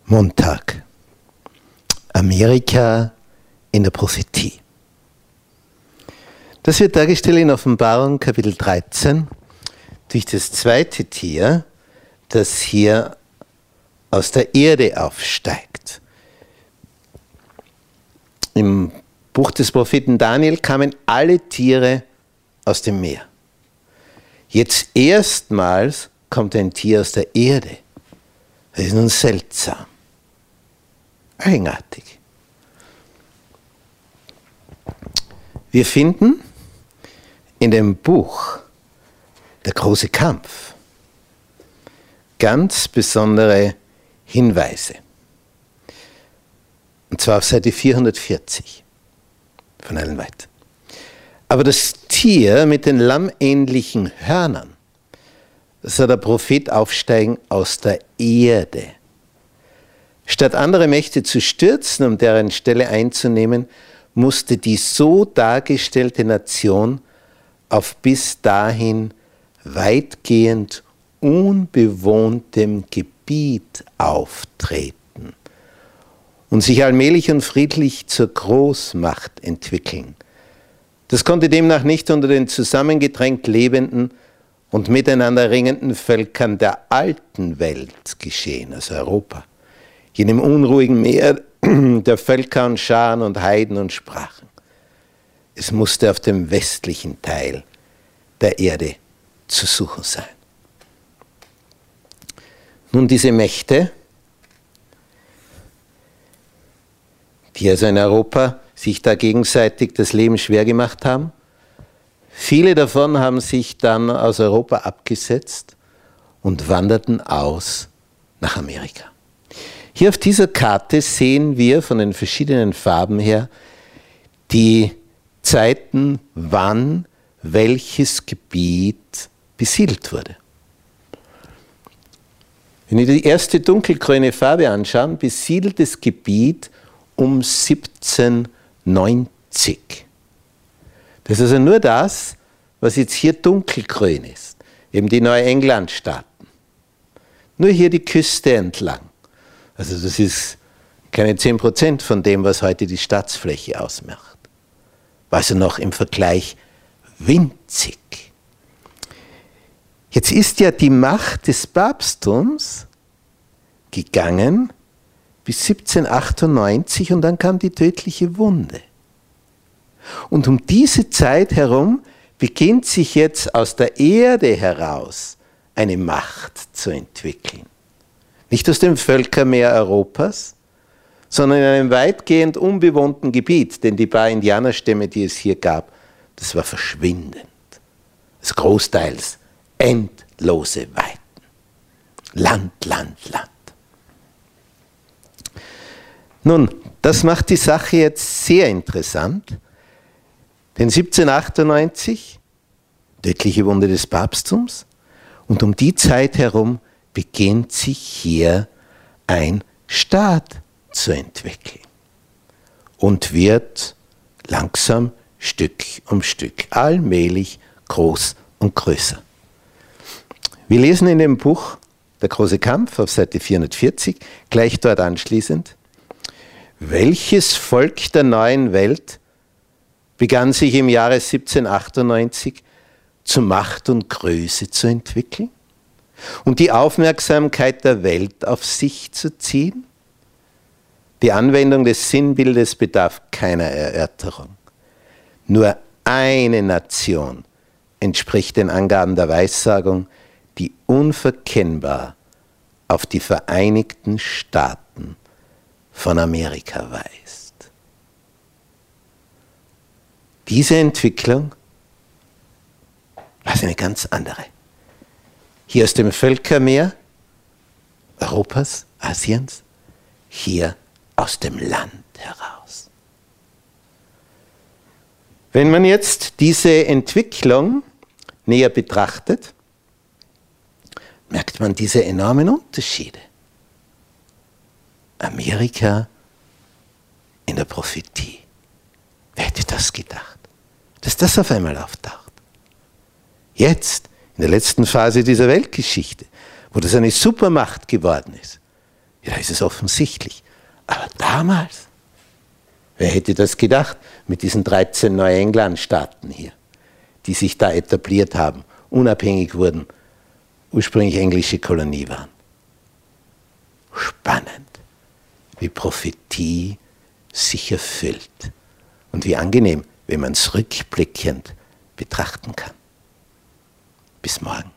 Montag. Amerika in der Prophetie. Das wird dargestellt in Offenbarung Kapitel 13 durch das zweite Tier, das hier aus der Erde aufsteigt. Im Buch des Propheten Daniel kamen alle Tiere aus dem Meer. Jetzt erstmals kommt ein Tier aus der Erde. Das ist nun seltsam. Eigenartig. Wir finden in dem Buch Der große Kampf ganz besondere Hinweise. Und zwar auf Seite 440 von Ellen White. Aber das Tier mit den lammähnlichen Hörnern, das sah der Prophet aufsteigen aus der Erde. Statt andere Mächte zu stürzen, um deren Stelle einzunehmen, musste die so dargestellte Nation auf bis dahin weitgehend unbewohntem Gebiet auftreten und sich allmählich und friedlich zur Großmacht entwickeln. Das konnte demnach nicht unter den zusammengedrängt lebenden und miteinander ringenden Völkern der alten Welt geschehen, also Europa, jenem unruhigen Meer der Völker und Scharen und Heiden und Sprachen. Es musste auf dem westlichen Teil der Erde zu suchen sein. Nun, diese Mächte, die also in Europa sich da gegenseitig das Leben schwer gemacht haben, viele davon haben sich dann aus Europa abgesetzt und wanderten aus nach Amerika. Hier auf dieser Karte sehen wir von den verschiedenen Farben her die Zeiten, wann welches Gebiet besiedelt wurde. Wenn wir die erste dunkelgrüne Farbe anschauen, besiedeltes Gebiet um 1790. Das ist also nur das, was jetzt hier dunkelgrün ist, eben die Neuenglandstaaten. Nur hier die Küste entlang. Also das ist keine 10% von dem, was heute die Staatsfläche ausmacht. War also noch im Vergleich winzig. Jetzt ist ja die Macht des Papsttums gegangen bis 1798 und dann kam die tödliche Wunde. Und um diese Zeit herum beginnt sich jetzt aus der Erde heraus eine Macht zu entwickeln. Nicht aus dem Völkermeer Europas, sondern in einem weitgehend unbewohnten Gebiet, denn die paar Indianerstämme, die es hier gab, das war verschwindend. Das großteils endlose Weiten. Land, Land, Land. Nun, das macht die Sache jetzt sehr interessant, denn 1798, tödliche Wunde des Papsttums, und um die Zeit herum beginnt sich hier ein Staat zu entwickeln und wird langsam Stück um Stück allmählich groß und größer. Wir lesen in dem Buch Der große Kampf auf Seite 440, gleich dort anschließend: Welches Volk der neuen Welt begann sich im Jahre 1798 zu Macht und Größe zu entwickeln und die Aufmerksamkeit der Welt auf sich zu ziehen? Die Anwendung des Sinnbildes bedarf keiner Erörterung. Nur eine Nation entspricht den Angaben der Weissagung, die unverkennbar auf die Vereinigten Staaten von Amerika weist. Diese Entwicklung war eine ganz andere. Hier aus dem Völkermeer Europas, Asiens, hier aus dem Land heraus. Wenn man jetzt diese Entwicklung näher betrachtet, merkt man diese enormen Unterschiede. Amerika in der Prophetie. Wer hätte das gedacht, dass das auf einmal auftaucht? Jetzt, in der letzten Phase dieser Weltgeschichte, wo das eine Supermacht geworden ist, Ja, da ist es offensichtlich. Aber damals, wer hätte das gedacht mit diesen 13 Neuengland-Staaten hier, die sich da etabliert haben, unabhängig wurden, ursprünglich englische Kolonie waren. Spannend, wie Prophetie sich erfüllt und wie angenehm, wenn man es rückblickend betrachten kann. Bis morgen.